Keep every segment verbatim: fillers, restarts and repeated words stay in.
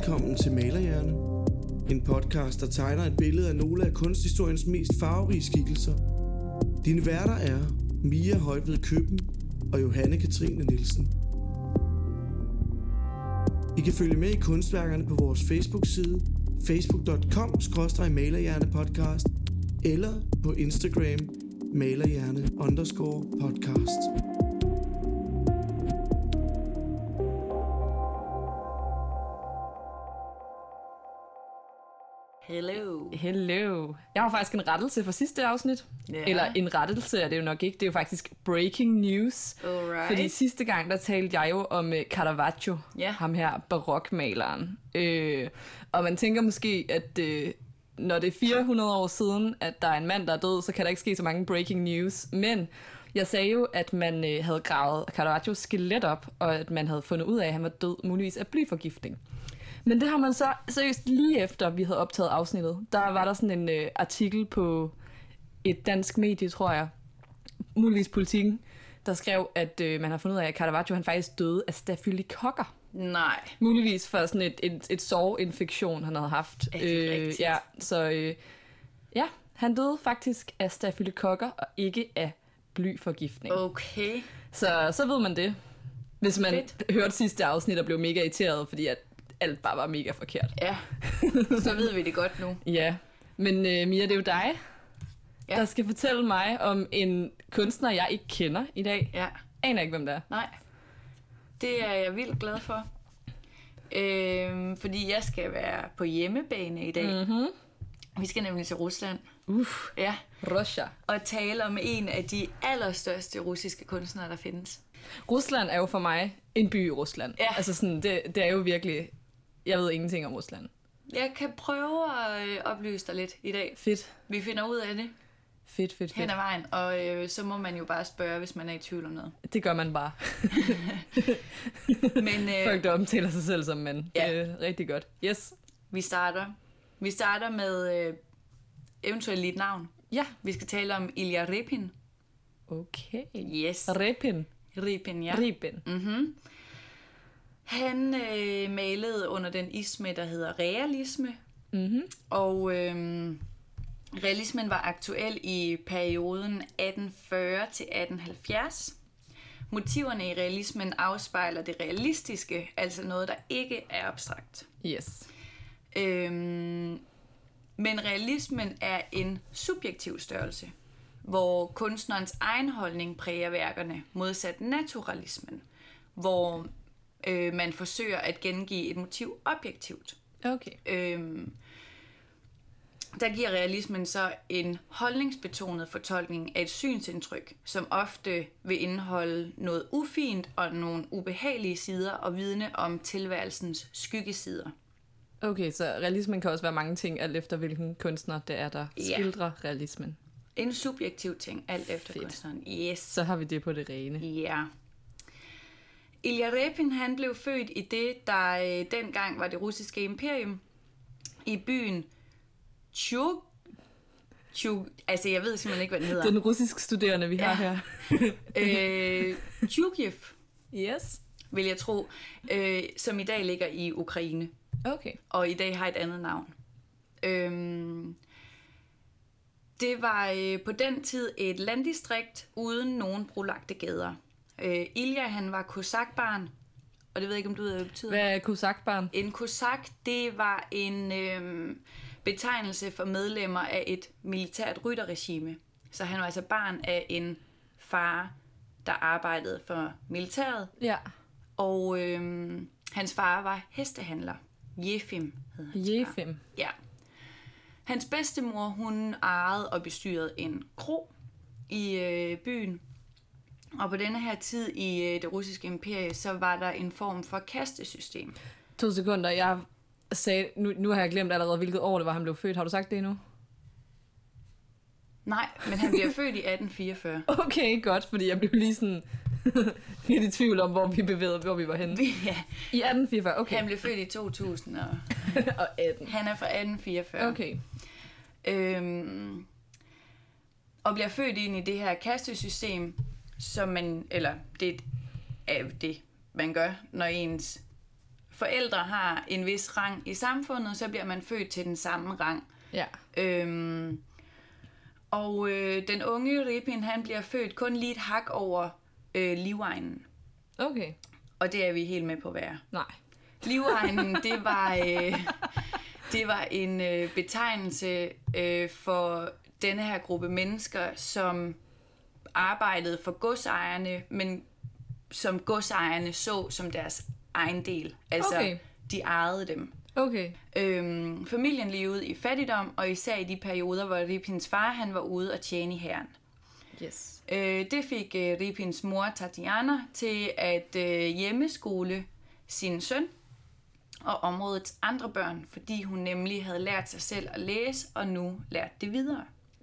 velkommen til Malerhjerne. En podcast, der tegner et billede af nogle af kunsthistoriens mest farverige skikkelser. Dine værter er Mia Højtved Køben og Johanne Katrine Nielsen. I kan følge med i kunstværkerne på vores Facebook-side facebook punktum com skråstreg malerhjernepodcast eller på Instagram malerhjerne underscore podcast. Hello. Hello. Jeg har faktisk en rettelse fra sidste afsnit. Yeah. Eller en rettelse er det jo nok ikke. Det er jo faktisk breaking news. Alright. Fordi sidste gang, der talte jeg jo om Caravaggio. Yeah. Ham her barokmaleren. Øh, og man tænker måske, at øh, når det er fire hundrede år siden, at der er en mand, der er død, så kan der ikke ske så mange breaking news. Men jeg sagde jo, at man øh, havde gravet Caravaggios skelet op, og at man havde fundet ud af, at han var død muligvis af blyforgiftning. Men det har man så seriøst lige efter, vi havde optaget afsnittet. Der var der sådan en øh, artikel på et dansk medie, tror jeg, muligvis Politikken, der skrev, at øh, man har fundet ud af, at Caravaggio han faktisk døde af stafylokokker. Nej. Muligvis for sådan et, et, et sårinfektion, han havde haft. Er det øh, rigtigt? ja, så øh, ja, han døde faktisk af stafylokokker og ikke af blyforgiftning. Okay. Så, så ved man det. Hvis man Fedt. hørte sidste afsnit og blev mega irriteret, fordi at alt bare var mega forkert. Ja, så ved vi det godt nu. Ja, men øh, Mia, det er jo dig, Ja. der skal fortælle mig om en kunstner, jeg ikke kender i dag. Ja, Aner ikke, hvem det er. nej. Det er jeg vildt glad for. Øhm, fordi jeg skal være på hjemmebane i dag. Mhm. Vi skal nemlig til Rusland. Uff, Ja, Russia. og tale om en af de allerstørste russiske kunstnere, der findes. Rusland er jo for mig en by i Rusland. Ja. Altså sådan, det, det er jo virkelig... Jeg ved ingenting om Rusland. Jeg kan prøve at øh, oplyse dig lidt i dag. Fedt. Vi finder ud af det Fedt, fedt, hen fedt. ad vejen, og øh, så må man jo bare spørge, hvis man er i tvivl om noget. Det gør man bare. Men øh, Folk, der omtaler sig selv som mand. Ja. Det er rigtig godt. Yes. vi starter. Vi starter med øh, eventuelt lige et navn. Ja. Vi skal tale om Ilja Repin. Okay. Yes. Repin. Repin, ja. Repin. Mm-hmm. Han øh, malede under den isme, der hedder realisme. Mhm. Og øh, realismen var aktuel i perioden atten fyrre til atten halvfjerds. Motiverne i realismen afspejler det realistiske, altså noget, der ikke er abstrakt. Yes. Øhm, men realismen er en subjektiv størrelse, hvor kunstnerens egen holdning præger værkerne, modsat naturalismen, hvor øh, man forsøger at gengive et motiv objektivt. Okay. Øhm, der giver realismen så en holdningsbetonet fortolkning af et synsindtryk, som ofte vil indeholde noget ufint og nogle ubehagelige sider og vidne om tilværelsens skyggesider. Okay, så realismen kan også være mange ting, alt efter hvilken kunstner det er, der Ja. skildrer realismen. En subjektiv ting, alt efter Fedt. kunstneren. Yes. Så har vi det på det rene. Ja. Ilja Repin, han blev født i det, der øh, dengang var det russiske imperium, i byen Chug... Chug... Altså, jeg ved simpelthen ikke, hvad den hedder. Den russisk studerende, vi Ja. har her. øh, Chugyev, Yes. vil jeg tro, øh, som i dag ligger i Ukraine, Okay. og i dag har et andet navn. Øhm, det var øh, på den tid et landdistrikt uden nogen brolagte gader. Øh, Ilja, han var kosakbarn, og det ved jeg ikke, om du ved, hvad det betyder. Hvad er kosakbarn? En kosak, det var en øh, betegnelse for medlemmer af et militært rytterregime. Så han var altså barn af en far, der arbejdede for militæret, Ja. og øh, hans far var hestehandler. Jefim hed hans far. Jefim. Ja. Hans bedstemor, hun ejede og bestyrede en kro i øh, byen. Og på denne her tid i øh, det russiske imperie, så var der en form for kastesystem. To sekunder. Jeg sagde... Nu, nu har jeg glemt allerede, hvilket år det var, han blev født. Har du sagt det endnu? Nej, men han bliver født i atten fireogfyrre. Okay, godt. Fordi jeg blev lige sådan... lidt i tvivl om, hvor vi bevægede, hvor vi var henne. Ja, I atten fireogfyrre, okay. han blev født i to tusind, og Og atten. han er fra atten fireogfyrre. Okay. Øhm, og bliver født ind i det her kastesystem, som man, eller det er det, man gør, når ens forældre har en vis rang i samfundet, så bliver man født til den samme rang. Ja. Øhm, og øh, den unge Repin, han bliver født kun lige et hak over øh, livegnen. Okay. Og det er vi helt med på at være. Nej. Livegnen, det var, øh, det var en øh, betegnelse øh, for denne her gruppe mennesker, som arbejdede for godsejerne, men som godsejerne så som deres egen del. Altså, Okay. de ejede dem. Okay. Øhm, familien levede i fattigdom, og især i de perioder, hvor Repins far han var ude og tjene i hæren. Yes. Øh, det fik øh, Repins mor Tatiana til at øh, hjemmeskole sin søn og områdets andre børn, fordi hun nemlig havde lært sig selv at læse, og nu lærte det videre.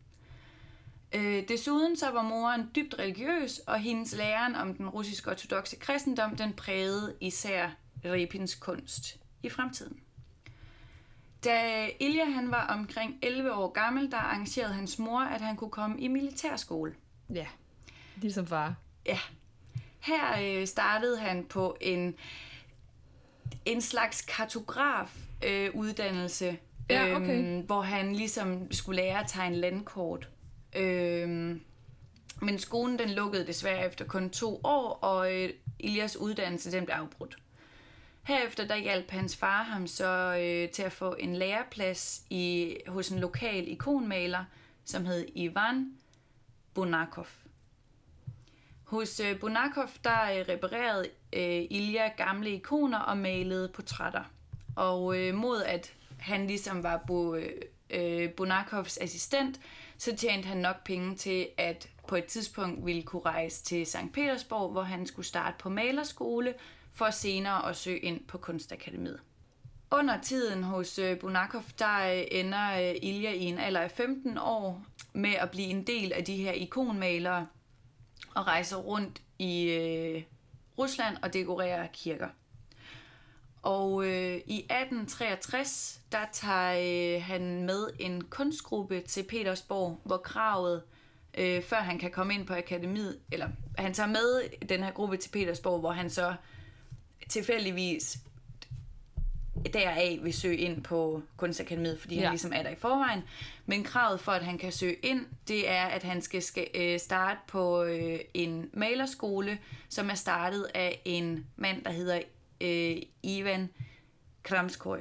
Øh, desuden så var moren dybt religiøs, og hendes læren om den russisk-ortodokse kristendom, den prægede især Repins kunst i fremtiden. Da Ilja han var omkring elleve år gammel, der arrangerede hans mor, at han kunne komme i militærskole. Ja. Ligesom far. Ja. Her øh, startede han på en, en slags kartograf øh, uddannelse, Ja, okay. øhm, hvor han ligesom skulle lære at tegne landkort. Øhm, men skolen den lukkede desværre efter kun to år, og øh, Iljas uddannelse den blev afbrudt. Herefter der hjalp hans far ham så øh, til at få en læreplads i, hos en lokal ikonmaler, som hed Ivan Bunakov. Hos øh, Bunakov der øh, reparerede øh, Ilja gamle ikoner og malede portrætter. Og øh, mod at han ligesom var Bo, øh, Bunakovs assistent, så tjente han nok penge til at på et tidspunkt ville kunne rejse til Sankt Petersborg, hvor han skulle starte på malerskole, for senere at søge ind på Kunstakademiet. Under tiden hos Bunakov, der ender Ilja i en alder af femten år med at blive en del af de her ikonmalere og rejser rundt i øh, Rusland og dekorerer kirker. Og øh, i atten treogtres, der tager øh, han med en kunstgruppe til Petersborg, hvor kravet, øh, før han kan komme ind på akademiet, eller han tager med den her gruppe til Petersborg, hvor han så tilfældigvis deraf vil søge ind på Kunstakademiet, fordi ja. han ligesom er der i forvejen. Men kravet for, at han kan søge ind, det er, at han skal starte på en malerskole, som er startet af en mand, der hedder øh, Ivan Kramskoy.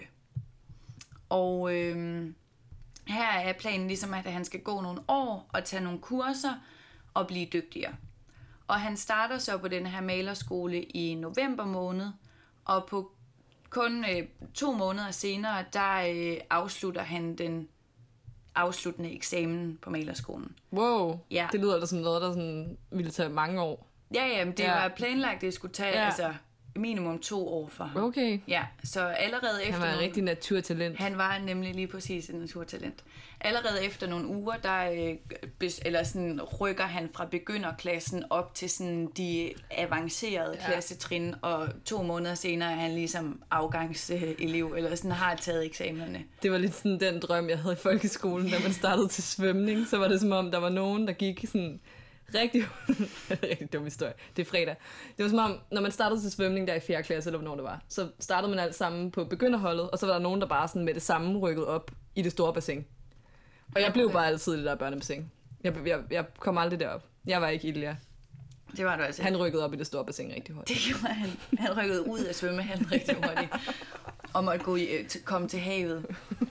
Og øh, her er planen ligesom, at han skal gå nogle år og tage nogle kurser og blive dygtigere. Og han starter så på den her malerskole i november måned, og på kun øh, to måneder senere, der øh, afslutter han den afsluttende eksamen på malerskolen. Wow, ja. Det lyder da som noget, der sådan ville tage mange år. Ja, ja, men det ja. var planlagt, at det skulle tage ja. altså, minimum to år for ham. Okay. Ja, så allerede efter... Han var en nogle, rigtig naturtalent. Han var nemlig lige præcis en naturtalent. Allerede efter nogle uger, der øh, eller sådan, rykker han fra begynderklassen op til sådan de avancerede ja. klassetrin, og to måneder senere er han ligesom afgangselev, eller sådan har taget eksamenerne. Det var lidt sådan den drøm, jeg havde i folkeskolen, da man startede til svømning. Så var det som om, der var nogen, der gik sådan... Rigtig, rigtig dum historie. Det er fredag. Det var som om, når man startede til svømning der i fjerde klasse, eller hvornår det var, så startede man alt sammen på begynderholdet, og så var der nogen, der bare sådan med det samme rykkede op i det store bassin. Og jeg blev bare altid i det der børnebassin. Jeg, jeg, jeg kom aldrig derop. Jeg var ikke Ilja. Det var du altså. Han rykkede op i det store bassin rigtig hurtigt. Det gjorde han. Han rykkede ud af svømmehallen rigtig hurtigt. Og måtte gå i, komme til havet.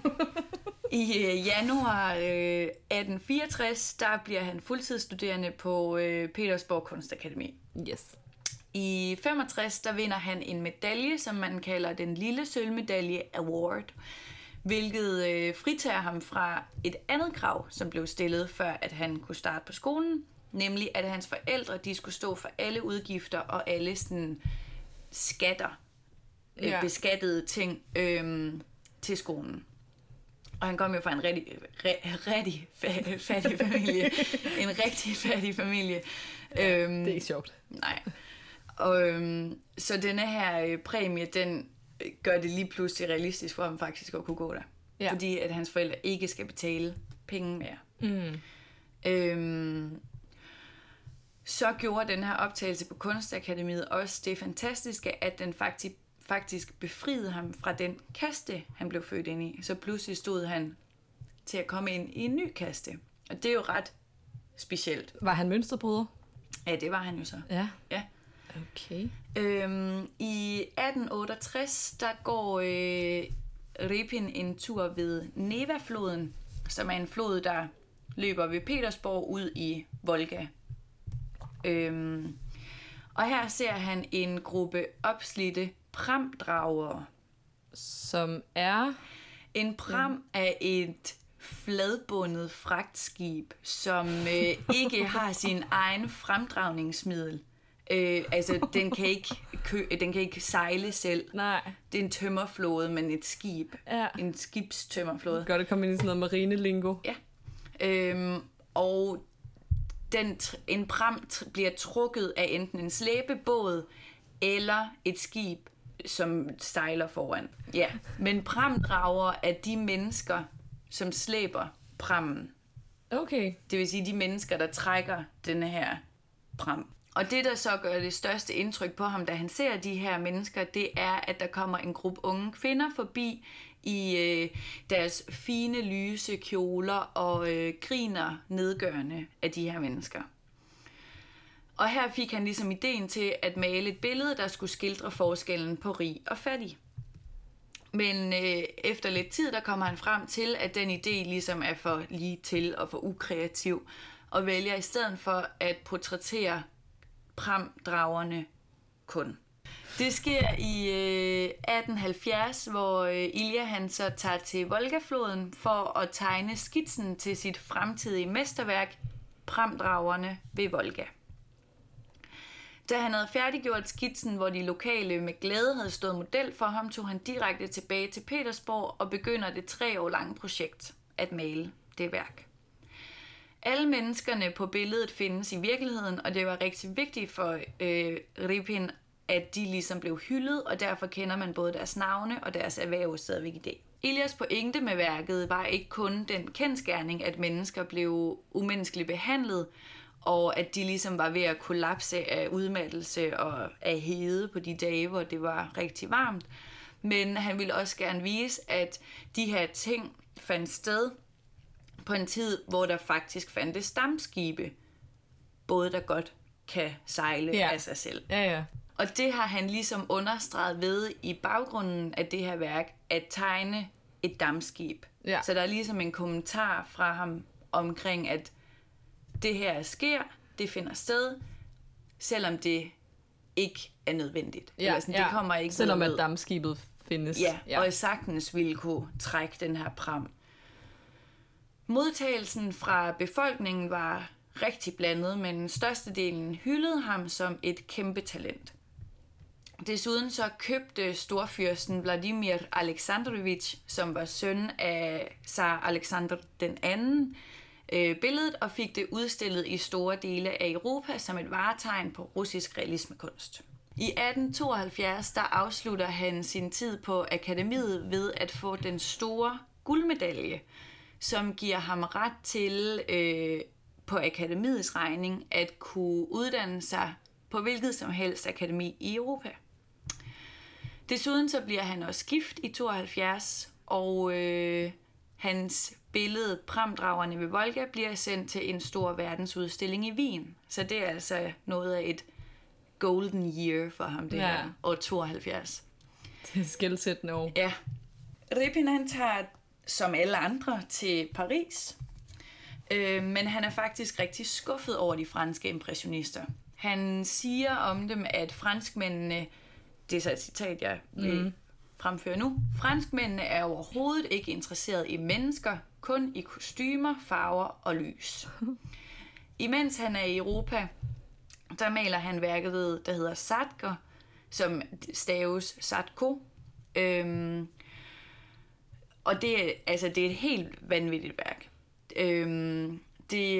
I øh, januar øh, atten fireogtres, der bliver han fuldtidsstuderende på øh, Petersborg Kunstakademi. Yes. I femogtres, der vinder han en medalje, som man kalder den Lille Sølvmedalje Award, hvilket øh, fritager ham fra et andet krav, som blev stillet, før at han kunne starte på skolen, nemlig at hans forældre, de skulle stå for alle udgifter og alle sådan skatter, øh, ja. beskattede ting øh, til skolen. Og han kom jo fra en rigtig, rigtig fattig familie. En rigtig fattig familie. Ja, øhm, det er ikke sjovt. Nej. Og, øhm, så denne her øh, præmie, den gør det lige pludselig realistisk for ham faktisk at kunne gå der. Ja. Fordi at hans forældre ikke skal betale penge mere. Mm. Øhm, så gjorde den her optagelse på Kunstakademiet også det fantastiske, at den faktisk faktisk befriede ham fra den kaste, han blev født ind i. Så pludselig stod han til at komme ind i en ny kaste. Og det er jo ret specielt. Var han mønsterbryder? Ja, det var han jo så. Ja. Ja. Okay. Øhm, I atten otteogtres, der går øh, Repin en tur ved Neva-floden, som er en flod, der løber ved Petersborg ud i Volga. Øhm, og her ser han en gruppe opslidte pramdragere. Som er... En pram er et fladbundet fragtskib, som øh, ikke har sin egen fremdragningsmiddel. Øh, altså, den kan, ikke kø- den kan ikke sejle selv. Nej. Det er en tømmerflåde, men et skib. Ja. En skibstømmerflåde. Godt at komme ind i sådan noget marinelingo. Ja. Øhm, og den, en pram tr- bliver trukket af enten en slæbebåd eller et skib, som sejler foran. Ja. Men pramdrager er de mennesker, som slæber prammen. Okay. Det vil sige de mennesker, der trækker denne her pram. Og det, der så gør det største indtryk på ham, da han ser de her mennesker, det er, at der kommer en gruppe unge kvinder forbi i øh, deres fine, lyse kjoler og øh, griner nedgørende af de her mennesker. Og her fik han ligesom ideen til at male et billede, der skulle skildre forskellen på rig og fattig. Men øh, efter lidt tid, der kommer han frem til, at den idé ligesom er for lige til og for ukreativ, og vælger i stedet for at portrættere pramdragerne kun. Det sker i øh, atten halvfjerds, hvor øh, Ilja han så tager til Volgafloden for at tegne skitsen til sit fremtidige mesterværk, Pramdragerne ved Volga. Da han havde færdiggjort skitsen, hvor de lokale med glæde havde stået model for ham, tog han direkte tilbage til Petersborg og begynder det tre år lange projekt at male det værk. Alle menneskerne på billedet findes i virkeligheden, og det var rigtig vigtigt for øh, Repin, at de ligesom blev hyldet, og derfor kender man både deres navne og deres erhverv stadigvæk i dag. Iljas pointe med værket var ikke kun den kendsgerning, at mennesker blev umenneskeligt behandlet, og at de ligesom var ved at kollapse af udmattelse og af hede på de dage, hvor det var rigtig varmt. Men han ville også gerne vise, at de her ting fandt sted på en tid, hvor der faktisk fandtes dampskibe, både der godt kan sejle ja. af sig selv. Ja, ja. Og det har han ligesom understreget ved i baggrunden af det her værk, at tegne et dampskib. Ja. Så der er ligesom en kommentar fra ham omkring, at det her sker, det finder sted, selvom det ikke er nødvendigt. Ja, sådan, ja. Det kommer ikke selvom med. at dampskibet findes. Ja, ja, og sagtens ville kunne trække den her pram. Modtagelsen fra befolkningen var rigtig blandet, men størstedelen hyldede ham som et kæmpe talent. Desuden så købte storfyrsten Vladimir Alexandrovich, som var søn af zar Alexander den anden, øh, billedet og fik det udstillet i store dele af Europa som et varetegn på russisk realismekunst. I atten tooghalvfjerds der afslutter han sin tid på akademiet ved at få den store guldmedalje, som giver ham ret til øh, på akademiets regning at kunne uddanne sig på hvilket som helst akademi i Europa. Desuden så bliver han også gift i tooghalvfjerds, og øh, hans billede Pramdragerne ved Volga bliver sendt til en stor verdensudstilling i Wien. Så det er altså noget af et golden year for ham, det ja. her år tooghalvfjerds. Det er skelsættende år. Ja. Repin han tager som alle andre til Paris, øh, men han er faktisk rigtig skuffet over de franske impressionister. Han siger om dem, at franskmændene, det er så et citat, jeg vil mm. fremføre nu, franskmændene er overhovedet ikke interesseret i mennesker, kun i kostymer, farver og lys. Imens han er i Europa, der maler han værket, der hedder Sadko, som staves Sadko. Øhm, og det er, altså, det er et helt vanvittigt værk. Øhm, det,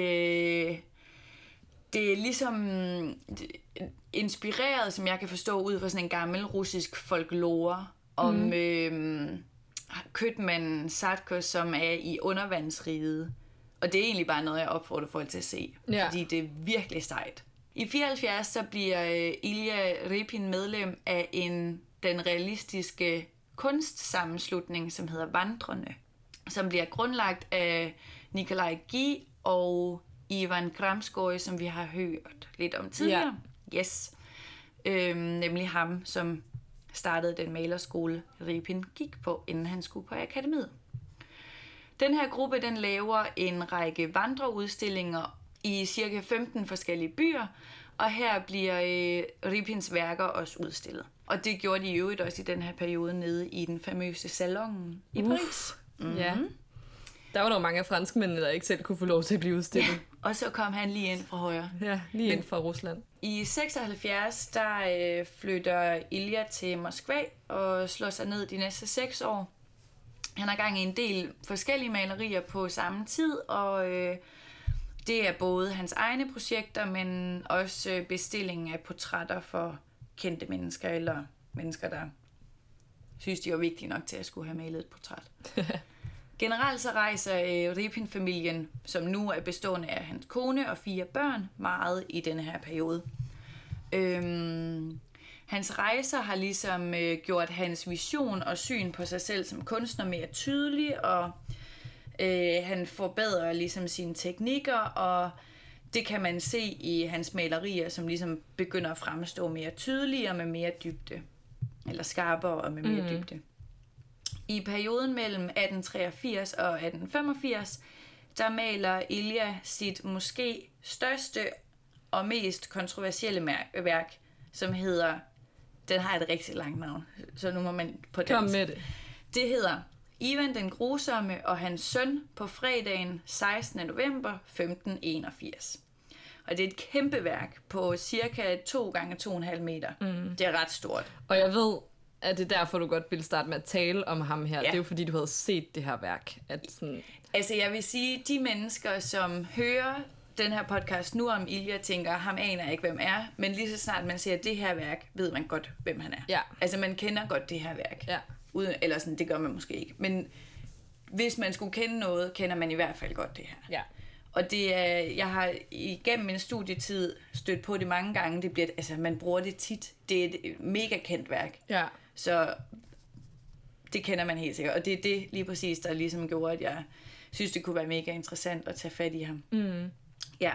det er ligesom inspireret, som jeg kan forstå, ud fra sådan en gammel russisk folklore om mm. øhm, købmanden Sadko, som er i undervandsriget. Og det er egentlig bare noget, jeg opfordrer folk til at se, ja. fordi det er virkelig sejt. I fireoghalvfjerds så bliver Ilja Repin medlem af en den realistiske kunstsammenslutning, som hedder Vandrerne, som bliver grundlagt af Nikolaj Guy og Ivan Kramskoj, som vi har hørt lidt om tidligere. Ja. Yes. Øhm, nemlig ham, som startede den malerskole, Repin gik på, inden han skulle på akademiet. Den her gruppe, den laver en række vandreudstillinger i cirka femten forskellige byer, og her bliver øh, Repins værker også udstillet. Og det gjorde de i øvrigt også i den her periode nede i den famøse salon i uh. Paris. Mm-hmm. Ja. Der var der mange af franskmændene, der ikke selv kunne få lov til at blive udstillet. Ja. Og så kom han lige ind fra højre. Ja, lige ind fra Rusland. I seksoghalvfjerds, der øh, flytter Ilja til Moskva og slår sig ned de næste seks år. Han har gang i en del forskellige malerier på samme tid, og øh, det er både hans egne projekter, men også øh, bestilling af portrætter for kendte mennesker, eller mennesker, der synes, de var vigtige nok til at skulle have malet et portræt. Generelt så rejser øh, Repin-familien, som nu er bestående af hans kone og fire børn, meget i denne her periode. Øhm, hans rejser har ligesom øh, gjort hans vision og syn på sig selv som kunstner mere tydelig, og øh, han forbedrer ligesom sine teknikker, og det kan man se i hans malerier, som ligesom begynder at fremstå mere tydelige og med mere dybde, eller skarpere og med mere mm. dybde. I perioden mellem atten treogfirs og atten femogfirs, der maler Ilja sit måske største og mest kontroversielle værk, som hedder, den har et rigtig langt navn, så nu må man på den. Kom med det. Det hedder Ivan den Grusomme og hans søn på fredagen sekstende november femten enogfirs. Og det er et kæmpe værk på cirka to gange to komma fem meter. Mm. Det er ret stort. Og jeg ved, at det er derfor, du godt ville starte med at tale om ham her. Ja. Det er jo fordi, du havde set det her værk. At sådan... Altså jeg vil sige, de mennesker, som hører den her podcast nu om Ilja, tænker, ham aner ikke, hvem er. Men lige så snart man ser det her værk, ved man godt, hvem han er. Ja. Altså man kender godt det her værk. Ja. Uden, eller sådan, det gør man måske ikke. Men hvis man skulle kende noget, kender man i hvert fald godt det her. Ja. Og det er, jeg har igennem min studietid stødt på det mange gange. Det bliver, altså man bruger det tit. Det er et mega kendt værk. Ja. Så det kender man helt sikkert. Og det er det lige præcis, der ligesom gjorde, at jeg synes, det kunne være mega interessant at tage fat i ham. Mm. Ja.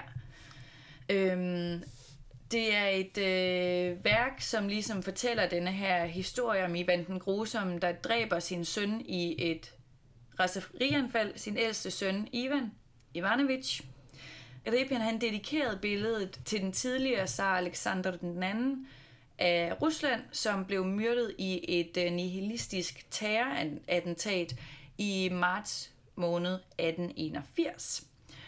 Øhm, det er et øh, værk, som ligesom fortæller denne her historie om Ivan den Grusomme, der dræber sin søn i et raserianfald, sin ældste søn Ivan Ivanovich. Repin, han dedikerede billedet til den tidligere zar Alexander den anden af Rusland, som blev myrdet i et nihilistisk terrorattentat i marts måned atten enogfirs.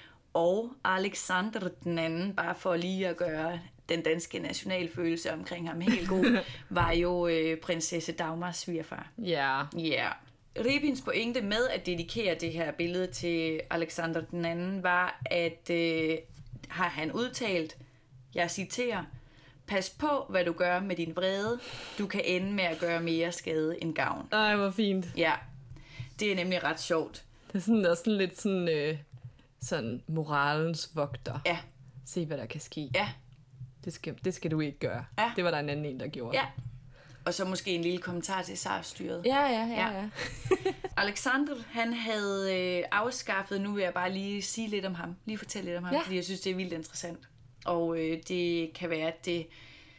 Og Alexander den anden, bare for lige at gøre den danske nationalfølelse omkring ham helt god, var jo øh, prinsesse Dagmars svigerfar. Ja. Yeah. Ja. Yeah. Repins pointe med at dedikere det her billede til Alexander den anden var, at øh, har han udtalt, jeg citerer, pas på, hvad du gør med din vrede. Du kan ende med at gøre mere skade end gavn. Ej, hvor fint. Ja, det er nemlig ret sjovt. Det er sådan, også sådan lidt sådan, øh, sådan moralens vogter. Ja. Se, hvad der kan ske. Ja. Det skal, det skal du ikke gøre. Ja. Det var der en anden en, der gjorde. Ja. Og så måske en lille kommentar til zarstyret. Ja, ja, ja. ja. Alexander, han havde øh, afskaffet, nu vil jeg bare lige sige lidt om ham. Lige fortælle lidt om ham, ja. Fordi jeg synes, det er vildt interessant. Og øh, det kan være, at det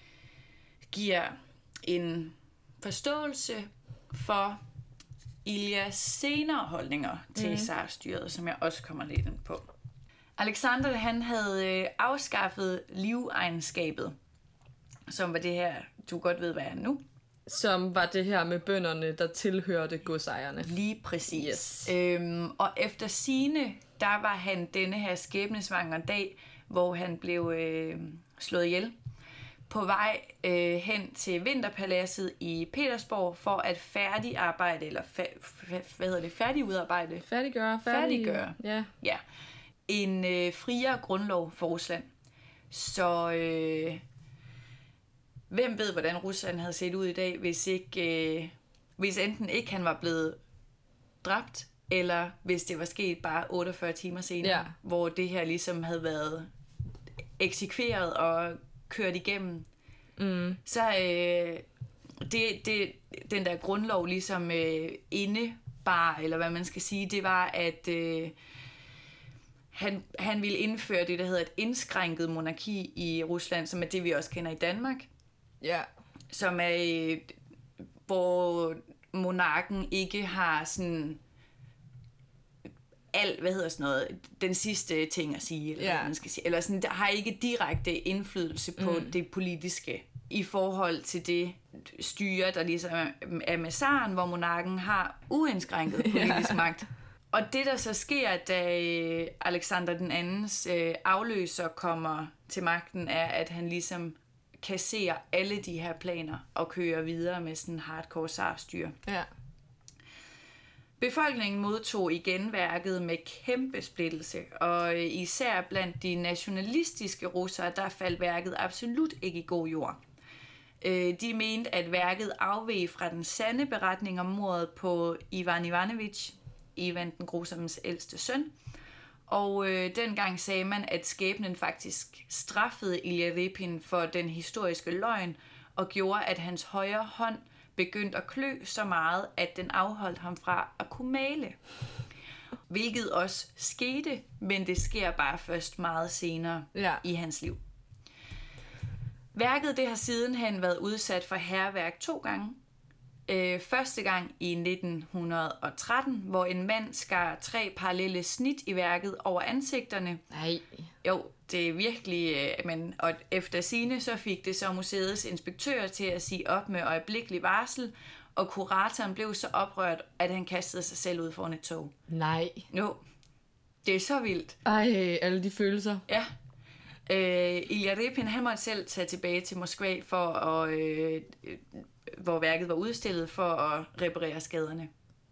giver en forståelse for Iljas senere holdninger til mm. zarstyret, som jeg også kommer lidt ind på. Alexander, han havde øh, afskaffet livegenskabet, som var det her, du godt ved, hvad er nu. Som var det her med bønderne, der tilhørte godsejerne. Lige præcis. Yes. Øhm, og efter sigende, der var han denne her skæbnesvangre dag, hvor han blev øh, slået ihjel, på vej øh, hen til Vinterpaladset i Petersborg for at færdigarbejde, eller fa- fa- hvad hedder det, færdigudarbejde? Færdiggøre. Færdig... Færdiggøre. Ja. Ja. En øh, friere grundlov for Rusland. Så øh, hvem ved, hvordan Rusland havde set ud i dag, hvis ikke, øh, hvis enten ikke han var blevet dræbt, eller hvis det var sket bare otteogfyrre timer senere, ja. Hvor det her ligesom havde været eksekveret og kørt igennem. Mm. Så øh, det, det, den der grundlov ligesom øh, indebar, eller hvad man skal sige, det var, at øh, han, han ville indføre det, der hedder et indskrænket monarki i Rusland, som er det, vi også kender i Danmark. Ja. Som er, øh, hvor monarken ikke har sådan alt, hvad hedder sådan noget, den sidste ting at sige, eller, ja. hvad man skal sige, eller sådan, der har ikke direkte indflydelse på mm. det politiske i forhold til det styre, der ligesom er med zaren, hvor monarken har uindskrænket politisk ja. magt. Og det, der så sker, da Alexander den andens afløser kommer til magten, er, at han ligesom kasserer alle de her planer og kører videre med sådan en hardcore zarstyre. Ja. Befolkningen modtog igen værket med kæmpe splittelse, og især blandt de nationalistiske russere, der faldt værket absolut ikke i god jord. De mente, at værket afveg fra den sande beretning om mordet på Ivan Ivanovich, Ivan den Grusommes ældste søn, og øh, dengang sagde man, at skæbnen faktisk straffede Ilja Repin for den historiske løgn, og gjorde, at hans højre hånd begyndte at klø så meget, at den afholdt ham fra at kunne male. Hvilket også skete, men det sker bare først meget senere ja. i hans liv. Værket det har sidenhen været udsat for hærværk to gange. Øh, første gang i nitten tretten, hvor en mand skar tre parallelle snit i værket over ansigterne. Nej. Jo, det er virkelig, øh, men og efter sigende så fik det så museets inspektør til at sige op med øjeblikkelig varsel, og kuratoren blev så oprørt, at han kastede sig selv ud foran et tog. Nej. Jo, det er så vildt. Ej, alle de følelser. Ja. Øh, Ilja Repin, han måtte selv tage tilbage til Moskva, for at, øh, hvor værket var udstillet, for at reparere skaderne.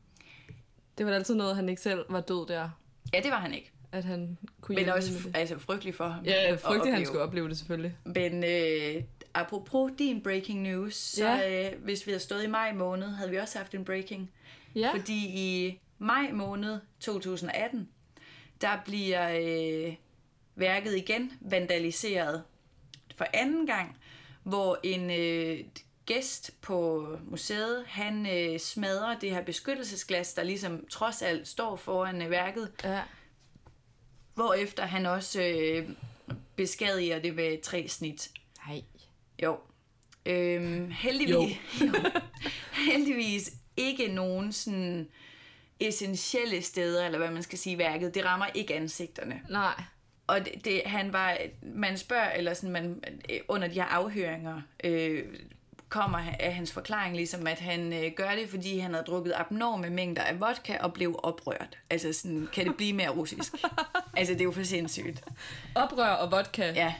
Det var altid noget, han ikke selv var død der. Ja, det var han ikke. At han kunne Men også f- altså, frygtelig for ham. Ja, frygtelig, at han skulle opleve det selvfølgelig. Men øh, apropos din breaking news, så ja. øh, hvis vi havde stået i maj måned, havde vi også haft en breaking. Ja. Fordi i maj måned to tusind atten, der bliver øh, værket igen vandaliseret for anden gang, hvor en øh, gæst på museet, han øh, smadrer det her beskyttelsesglas, der ligesom trods alt står foran øh, værket. Ja. Hvorefter han også øh, beskadiger det ved tre snit. Nej. Jo. Øhm, heldigvis, jo. jo. heldigvis ikke nogen sådan essentielle steder, eller hvad man skal sige, værket. Det rammer ikke ansigterne. Nej. Og det, det, han var, man spørger, eller sådan, man, under de her afhøringer, øh, kommer af hans forklaring ligesom, at han øh, gør det, fordi han havde drukket abnorme mængder af vodka og blev oprørt. Altså sådan, kan det blive mere russisk? Altså, det er jo for sindssygt. Oprør og vodka? Ja.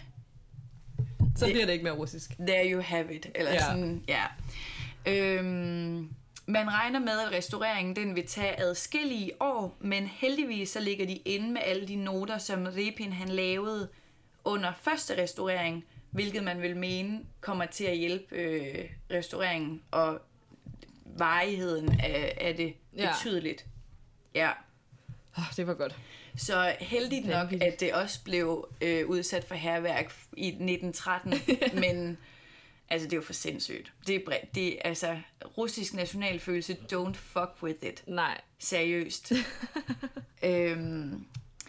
Så det, bliver det ikke mere russisk. There you have it. Eller ja. sådan, ja. Øhm, man regner med, at restaureringen den vil tage adskillige år, men heldigvis så ligger de inde med alle de noter, som Repin han lavede under første restaurering, hvilket man vil mene kommer til at hjælpe øh, restaureringen og varigheden af, af det ja. betydeligt. Ja. Oh, det var godt. Så heldigt nok, at det også blev øh, udsat for hærværk i nitten tretten, men altså det er jo for sindssygt. Det er bredt. Det er altså russisk nationalfølelse. Don't fuck with it. Nej. Seriøst. øhm,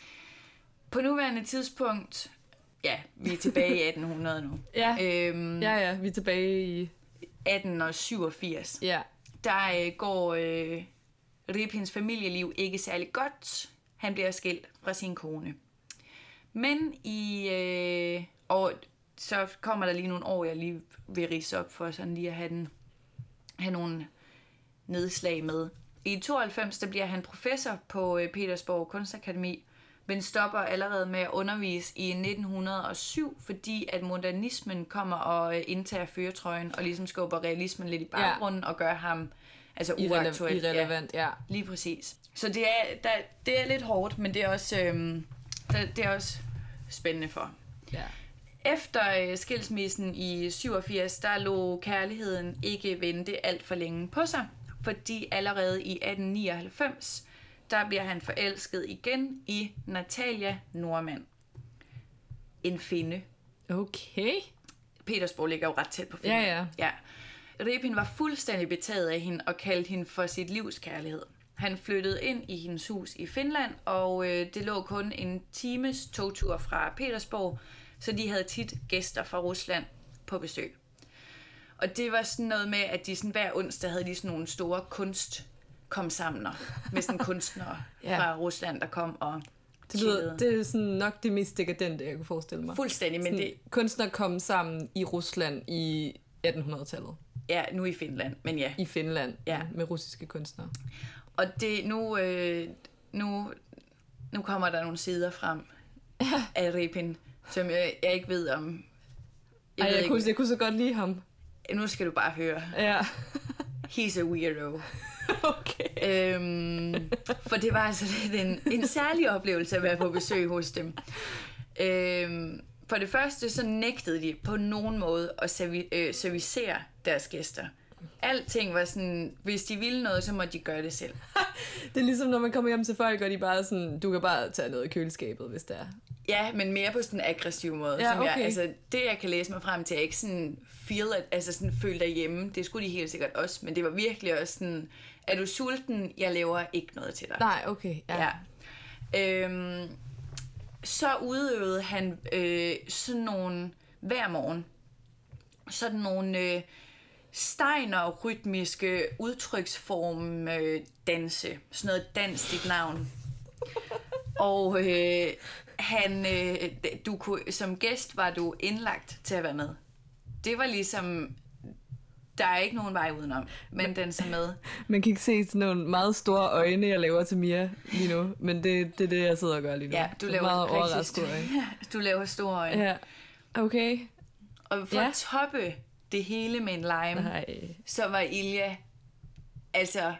på nuværende tidspunkt. Ja, vi er tilbage i atten hundrede nu. Ja, øhm, ja, ja, vi er tilbage i atten syvogfirs. Ja. Der øh, går øh, Repins familieliv ikke særlig godt. Han bliver skilt fra sin kone. Men i øh, og så kommer der lige nogle år, jeg lige vil ridse op for sådan lige at have, den, have nogle nedslag med. I tooghalvfems der bliver han professor på øh, Petersborg Kunstakademi, men stopper allerede med at undervise i nitten hundrede og syv, fordi at modernismen kommer og indtager føretrøjen og ligesom skubber realismen lidt i baggrunden ja. og gør ham altså uaktuel. Irrelevant, ja. ja. Lige præcis. Så det er, der, det er lidt hårdt, men det er også, øhm, der, det er også spændende for. Ja. Efter øh, skilsmissen i syvogfirs, der lå kærligheden ikke vente alt for længe på sig, fordi allerede i atten nioghalvfems der bliver han forelsket igen i Natalia Norman. En finne. Okay. Petersborg ligger jo ret tæt på Finland. Ja, ja. ja. Repin var fuldstændig betaget af hende og kaldte hende for sit livs kærlighed. Han flyttede ind i hendes hus i Finland, og øh, det lå kun en times togtur fra Petersborg, så de havde tit gæster fra Rusland på besøg. Og det var sådan noget med, at de sådan, hver onsdag havde de sådan nogle store kunstkomsamner med sådan kunstnere ja. fra Rusland, der kom og det, lyder, det er sådan nok det mest dekadente, jeg kunne forestille mig. Fuldstændig, men det... Kunstnere kom sammen i Rusland i attenhundredetallet. Ja, nu i Finland, men ja. I Finland, ja. Med russiske kunstnere. Og det, nu, øh, nu, nu kommer der nogle sider frem af Repin, som jeg, jeg ikke ved om... Jeg, Ej, jeg, kunne, jeg kunne så godt lide ham. Nu skal du bare høre. Ja. He's a weirdo. Okay. Øhm, for det var altså lidt en, en særlig oplevelse at være på besøg hos dem. Øhm, for det første så nægtede de på nogen måde at servi- øh, servicere deres gæster. Alting var sådan, hvis de ville noget, så må de gøre det selv. Det er ligesom, når man kommer hjem til folk, og de bare sådan, du kan bare tage noget i køleskabet, hvis det er. Ja, men mere på sådan en aggressiv måde. Ja, som okay. jeg, altså, det, jeg kan læse mig frem til, er ikke sådan, feel at, altså sådan, føl dig hjemme. Det skulle de helt sikkert også, men det var virkelig også sådan, er du sulten? Jeg laver ikke noget til dig. Nej, okay. Ja. ja. Øhm, så udøvede han øh, sådan nogle, hver morgen, sådan nogle... Øh, Steiner-rytmiske udtryksform øh, danse. Sådan noget dans, dit navn. Og øh, han, øh, du kunne, som gæst var du indlagt til at være med. Det var ligesom, der er ikke nogen vej udenom, men den så med. Man kan ikke se sådan nogle meget store øjne, jeg laver til Mia lige nu, men det, det er det, jeg sidder og gør lige nu. Ja, du laver meget overrasket øjne. Ja, du laver store øjne. Ja, okay. Og for ja. at toppe det hele med en lime, Nej. så var Ilja altså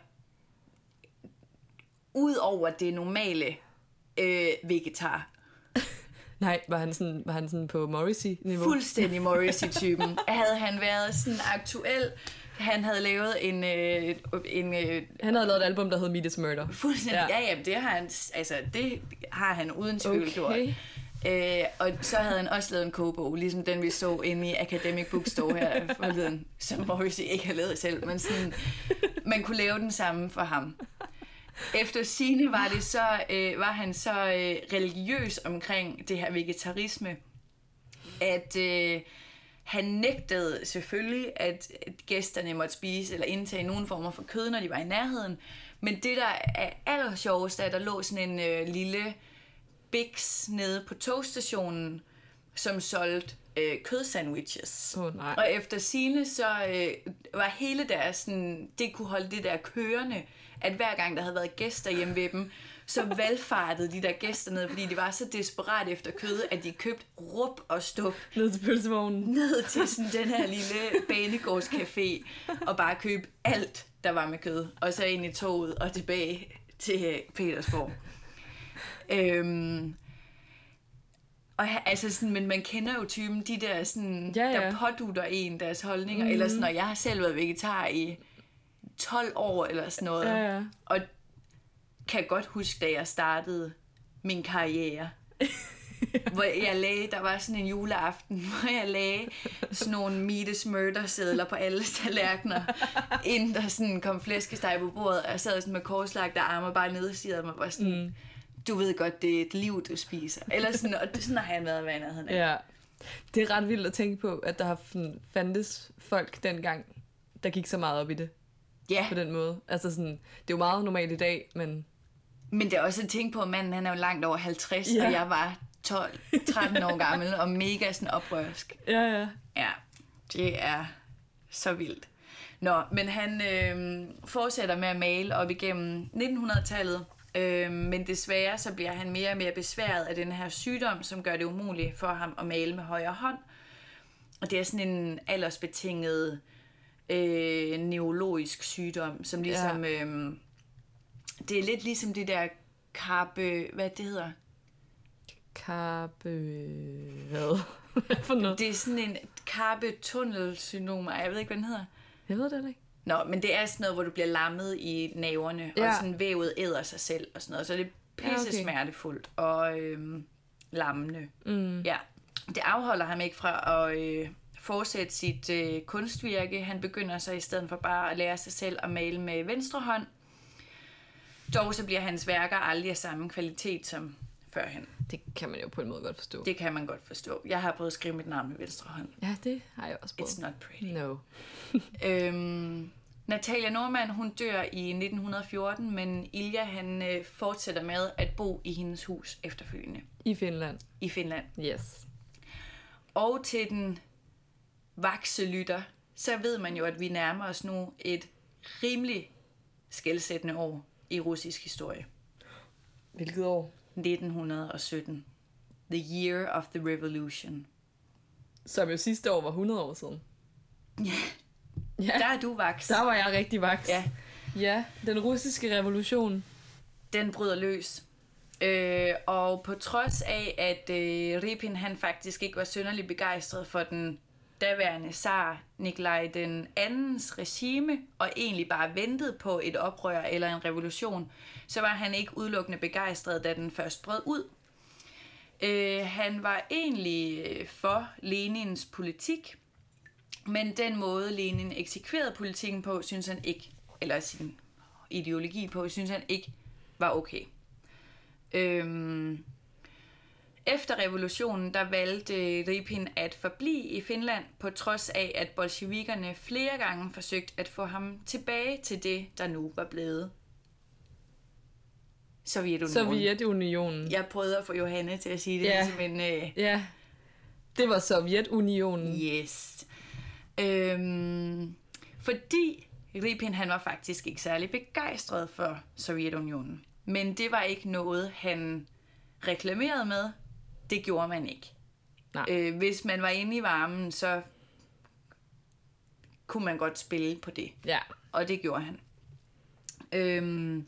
ud over det normale øh, vegetar. Nej, var han sådan, var han sådan på Morrissey-niveau? Fuldstændig Morrissey-typen. Havde han været sådan aktuel, han havde lavet en... Øh, en øh, han havde lavet et album, der hed Meat is Murder. Fuldstændig, ja, ja, det har han, altså, det har han uden tvivl okay. gjort. Øh, og så havde han også lavet en kogebog, ligesom den vi så inde i Academic Bookstore her forleden, som Morrissey ikke har lavet selv, men sådan, man kunne lave den samme for ham. Efter sigende var det så øh, var han så øh, religiøs omkring det her vegetarisme, at øh, han nægtede selvfølgelig, at gæsterne måtte spise eller indtage nogen former for kød, når de var i nærheden. Men det, der er allersjovest, er, at der lå sådan en øh, lille Bix nede på togstationen, som solgte øh, kødsandwiches. Oh, nej. Og efter sigende, så øh, var hele deres sådan, det kunne holde det der kørende, at hver gang der havde været gæster hjemme ved dem, så valgfartede de der gæster ned, fordi de var så desperat efter kød, at de købte rup og stup ned til pølsevognen, ned til sådan den her lille banegårdscafé, og bare købe alt, der var med kød, og så ind i toget og tilbage til Petersborg. Øhm, og altså sådan, men man kender jo typen, de der sådan, ja, ja. der pådutter en deres holdninger, mm. eller sådan, og jeg har selv været vegetar i tolv år eller sådan noget, ja, ja. og kan godt huske, da jeg startede min karriere, hvor jeg lagde, der var sådan en juleaften, hvor jeg lagde sådan nogle meat is murder sedler på alle tallerkener, inden der sådan kom flæskesteg på bordet, og jeg sad sådan med korslagte arme og bare nedsirede mig, bare sådan, mm. du ved godt, det er et liv, du spiser. Eller sådan, og sådan har han været vandet. Ja, det er ret vildt at tænke på, at der har fandtes folk dengang, der gik så meget op i det. Ja. På den måde. Altså sådan, det er jo meget normalt i dag, men... Men det er også at tænke på, at manden, han er jo langt over halvtreds, ja. og jeg var tolv tretten år gammel, og mega sådan oprørsk. Ja, ja. Ja, det er så vildt. Nå, men han øh, fortsætter med at male op igennem nitten hundrede-tallet, øh, men desværre så bliver han mere og mere besværet af den her sygdom, som gør det umuligt for ham at male med højre hånd. Og det er sådan en aldersbetinget øh, neurologisk sygdom, som ligesom... Ja. Øh, det er lidt ligesom det der carpe... Hvad det hedder? Carpe... Hvad? Hvad for noget? Det er sådan en carpe tunnelsyndrom. Jeg ved ikke, hvad den hedder. Jeg ved det ikke. Nå, men det er sådan noget, hvor du bliver lammet i naverne, ja. Og sådan vævet æder sig selv og sådan noget. Så det er pisse ja, okay. smertefuldt og øhm, lammende. Mm. Ja. Det afholder ham ikke fra at, øh, fortsætte sit øh, kunstvirke. Han begynder så i stedet for bare at lære sig selv at male med venstre hånd. Dog så bliver hans værker aldrig af samme kvalitet som førhen. Det kan man jo på en måde godt forstå. Det kan man godt forstå. Jeg har prøvet at skrive mit navn med venstre hånd. Ja, det har jeg også prøvet. It's not pretty. No. øhm, Natalia Norman, hun dør i nitten fjorten, men Ilja, han øh, fortsætter med at bo i hendes hus efterfølgende. I Finland. I Finland. Yes. Og til den vakse lytter, så ved man jo, at vi nærmer os nu et rimelig skelsættende år i russisk historie. Hvilket år? nitten sytten. The Year of the Revolution. Som jo sidste år var hundrede år siden. Ja. Ja. Der er du vaks. Der var jeg rigtig vaks. Ja. Ja, den russiske revolution. Den bryder løs. Øh, og på trods af, at øh, Repin han faktisk ikke var synderligt begejstret for den daværende zar Nikolaj den andens regime, og egentlig bare ventede på et oprør eller en revolution, så var han ikke udelukkende begejstret, da den først brød ud. Øh, han var egentlig for Lenins politik, men den måde Lenin eksekverede politikken på, synes han ikke, eller sin ideologi på, synes han ikke var okay. Øhm, efter revolutionen, der valgte Repin at forblive i Finland, på trods af, at bolsjevikerne flere gange forsøgte at få ham tilbage til det, der nu var blevet Sovjetunionen. Sovjetunionen. Jeg prøvede at få Johanne til at sige det, Ja. men øh, Ja, det var Sovjetunionen. yes. Øhm, fordi Repin, han var faktisk ikke særlig begejstret for Sovjetunionen. Men det var ikke noget, han reklamerede med. Det gjorde man ikke. Nej. Øh, hvis man var inde i varmen, så kunne man godt spille på det. Ja. Og det gjorde han. Øhm,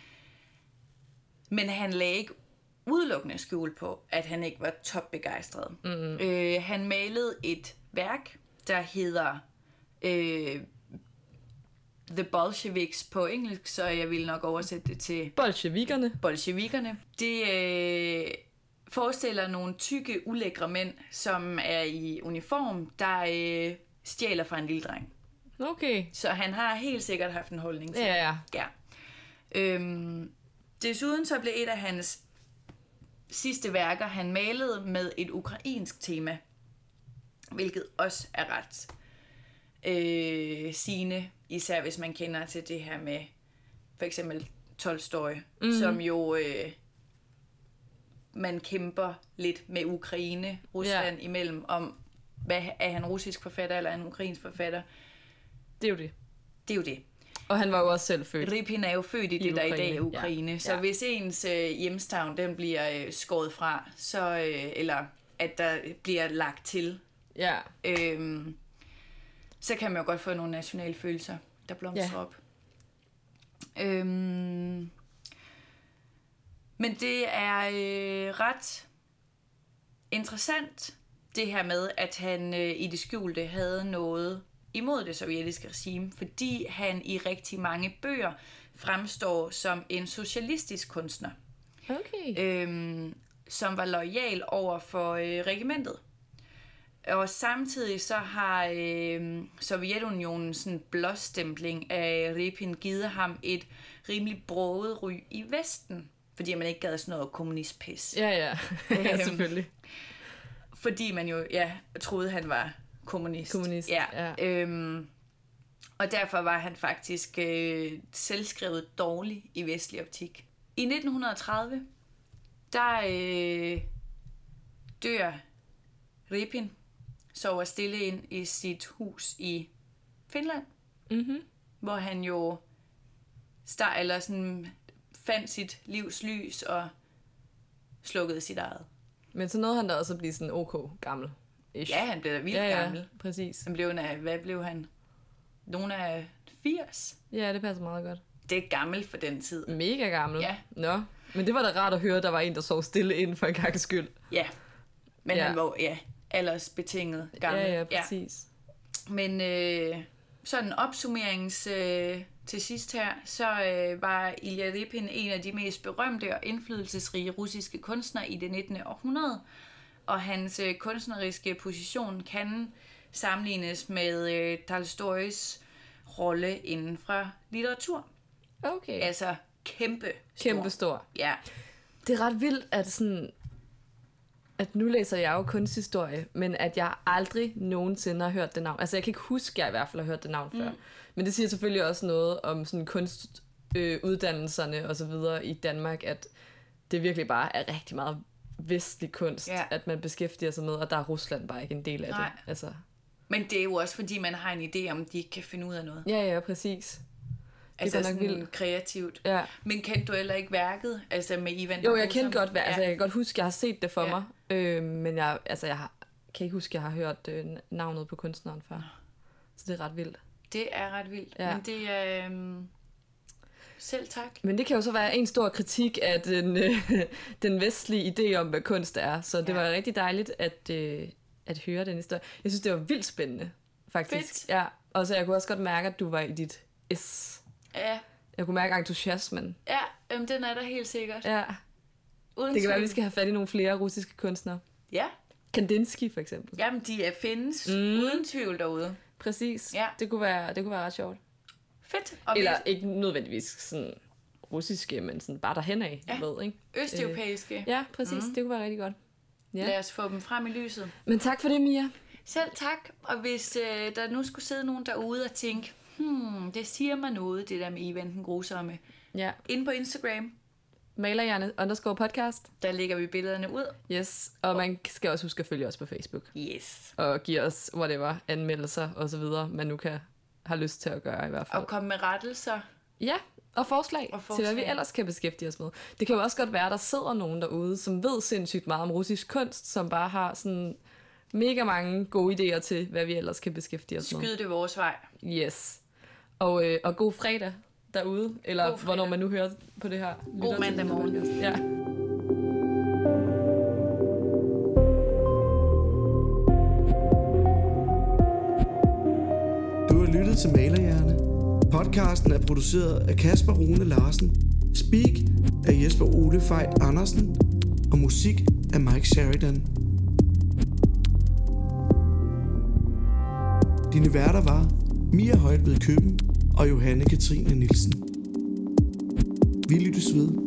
men han lagde ikke udelukkende skjul på, at han ikke var topbegejstret. Mm-hmm. Øh, han malede et værk, der hedder øh, The Bolsheviks på engelsk, så jeg vil nok oversætte det til Bolsjevikerne. bolsjevikerne. Det øh, forestiller nogle tykke, ulækre mænd, som er i uniform, der øh, stjæler fra en lille dreng. Okay. Så han har helt sikkert haft en holdning til Ja, ja. ja. Øhm, desuden så blev et af hans sidste værker, han malede med et ukrainsk tema, hvilket også er ret øh, sigende, især hvis man kender til det her med for eksempel Tolstoj, mm. som jo øh, man kæmper lidt med Ukraine, Rusland ja. imellem, om hvad er han russisk forfatter eller er han ukrainsk forfatter. Det er jo det. Det er jo det. Og han var jo også selv født. Repin er jo født i, I det, Ukraine. Der i dag er Ukraine. Ja. Så ja. hvis ens øh, hjemstavn den bliver øh, skåret fra, så, øh, eller at der bliver lagt til, ja. øh, så kan man jo godt få nogle nationale følelser, der blomstrer ja. op. Øh, men det er øh, ret interessant, det her med, at han øh, i det skjulte havde noget imod det sovjetiske regime, fordi han i rigtig mange bøger fremstår som en socialistisk kunstner, Okay. øhm, som var loyal over for øh, regimentet. Og samtidig så har øh, Sovjetunionens sådan blåstempling af Repin givet ham et rimelig broget ry i Vesten, fordi man ikke gad sådan noget kommunistpis. Ja, ja. ja, selvfølgelig. Fordi man jo ja, troede, han var kommunist. Kommunist, ja. ja. Øhm, og derfor var han faktisk øh, selvskrevet dårlig i vestlig optik. I nitten tredive, der øh, dør Repin, sover stille ind i sit hus i Finland, Mm-hmm. hvor han jo star, eller sådan, fandt sit livs lys og slukkede sit eget. Men så nåede han da også at blive sådan ok gammel. Ish. Ja, han blev da vildt ja, ja, gammel. præcis. Han blev, af, hvad blev han? Nogle af firs. Ja, det passer meget godt. Det er gammelt for den tid. Mega gammel. Ja. Nå, men det var da rart at høre, at der var en, der sov stille inden for en gangs skyld. Ja, men Ja. han var ja, aldersbetinget gammel. Ja, ja, præcis. Ja. Men øh, sådan en opsummerings øh, til sidst her, så øh, var Ilja Repin en af de mest berømte og indflydelsesrige russiske kunstnere i det nittende århundrede, og hans øh, kunstneriske position kan sammenlignes med øh, Tolstojs rolle inden for litteratur. Okay. Altså kæmpe stor. Kæmpe stor. Ja. Det er ret vildt, at sådan... at nu læser jeg jo kunsthistorie, men at jeg aldrig nogensinde har hørt det navn. Altså jeg kan ikke huske, at jeg i hvert fald har hørt det navn før. Mm. Men det siger selvfølgelig også noget om sådan kunstuddannelserne øh, og så videre i Danmark, at det virkelig bare er rigtig meget vestlig kunst, ja. At man beskæftiger sig med, og der er Rusland bare ikke en del af Nej. Det. Altså. Men det er jo også, fordi man har en idé om, de ikke kan finde ud af noget. Ja, ja, præcis. Altså sådan vildt. Kreativt. Ja. Men kendte du heller ikke værket? Altså med Ivan Jo, jeg kendte godt værket. Ja. Altså jeg kan godt huske, at jeg har set det for ja. Mig. Øh, men jeg, altså, jeg har, kan ikke huske, at jeg har hørt øh, navnet på kunstneren før. Så det er ret vildt. Det er ret vildt. Ja. Men det er... Øh... Selv tak. Men det kan jo så være en stor kritik af den, øh, den vestlige idé om, hvad kunst er. Så det ja. Var rigtig dejligt at, øh, at høre den historie. Jeg synes, det var vildt spændende, faktisk. Fedt. Ja. Og så jeg kunne også godt mærke, at du var i dit S. Ja. Jeg kunne mærke entusiasmen. Ja, øhm, den er der helt sikkert. Ja. Uden det kan være, at vi skal have fat i nogle flere russiske kunstnere. Ja. Kandinsky for eksempel. Jamen, de er findes mm. uden tvivl derude. Præcis. Ja. Det kunne være, det kunne være ret sjovt. Fedt. Og Eller vi... ikke nødvendigvis sådan russiske, men sådan bare derhen af, ja. Ved, ikke? Østeuropæiske. Øh, ja, præcis. Mm. Det kunne være rigtig godt. Ja. Lad os få dem frem i lyset. Men tak for det, Mia. Selv tak. Og hvis øh, der nu skulle sidde nogen derude og tænke, hmm, det siger mig noget, det der med Ivan den grusomme. Ja. Inde på Instagram. Malerhjerne underscore podcast. Der lægger vi billederne ud. Yes, og, og man skal også huske at følge os på Facebook. Yes. Og give os, whatever, anmeldelser og så videre, man nu kan have lyst til at gøre i hvert fald. Og komme med rettelser. Ja, og forslag, og forslag til hvad vi ellers kan beskæftige os med. Det kan jo også godt være, at der sidder nogen derude, som ved sindssygt meget om russisk kunst, som bare har sådan mega mange gode idéer til, hvad vi ellers kan beskæftige os med. Skyd det vores vej. Yes. Og, øh, og god fredag derude, eller fredag. Hvornår man nu hører på det her. God mandag morgen. Ja. Du har lyttet til Malerhjerne. Podcasten er produceret af Kasper Rune Larsen, Speak af Jesper Ole Fejt Andersen og musik af Mike Sheridan. Dine værter var Mia Højtved Køben og Johanne Katrine Nielsen. Vi lyttes ved.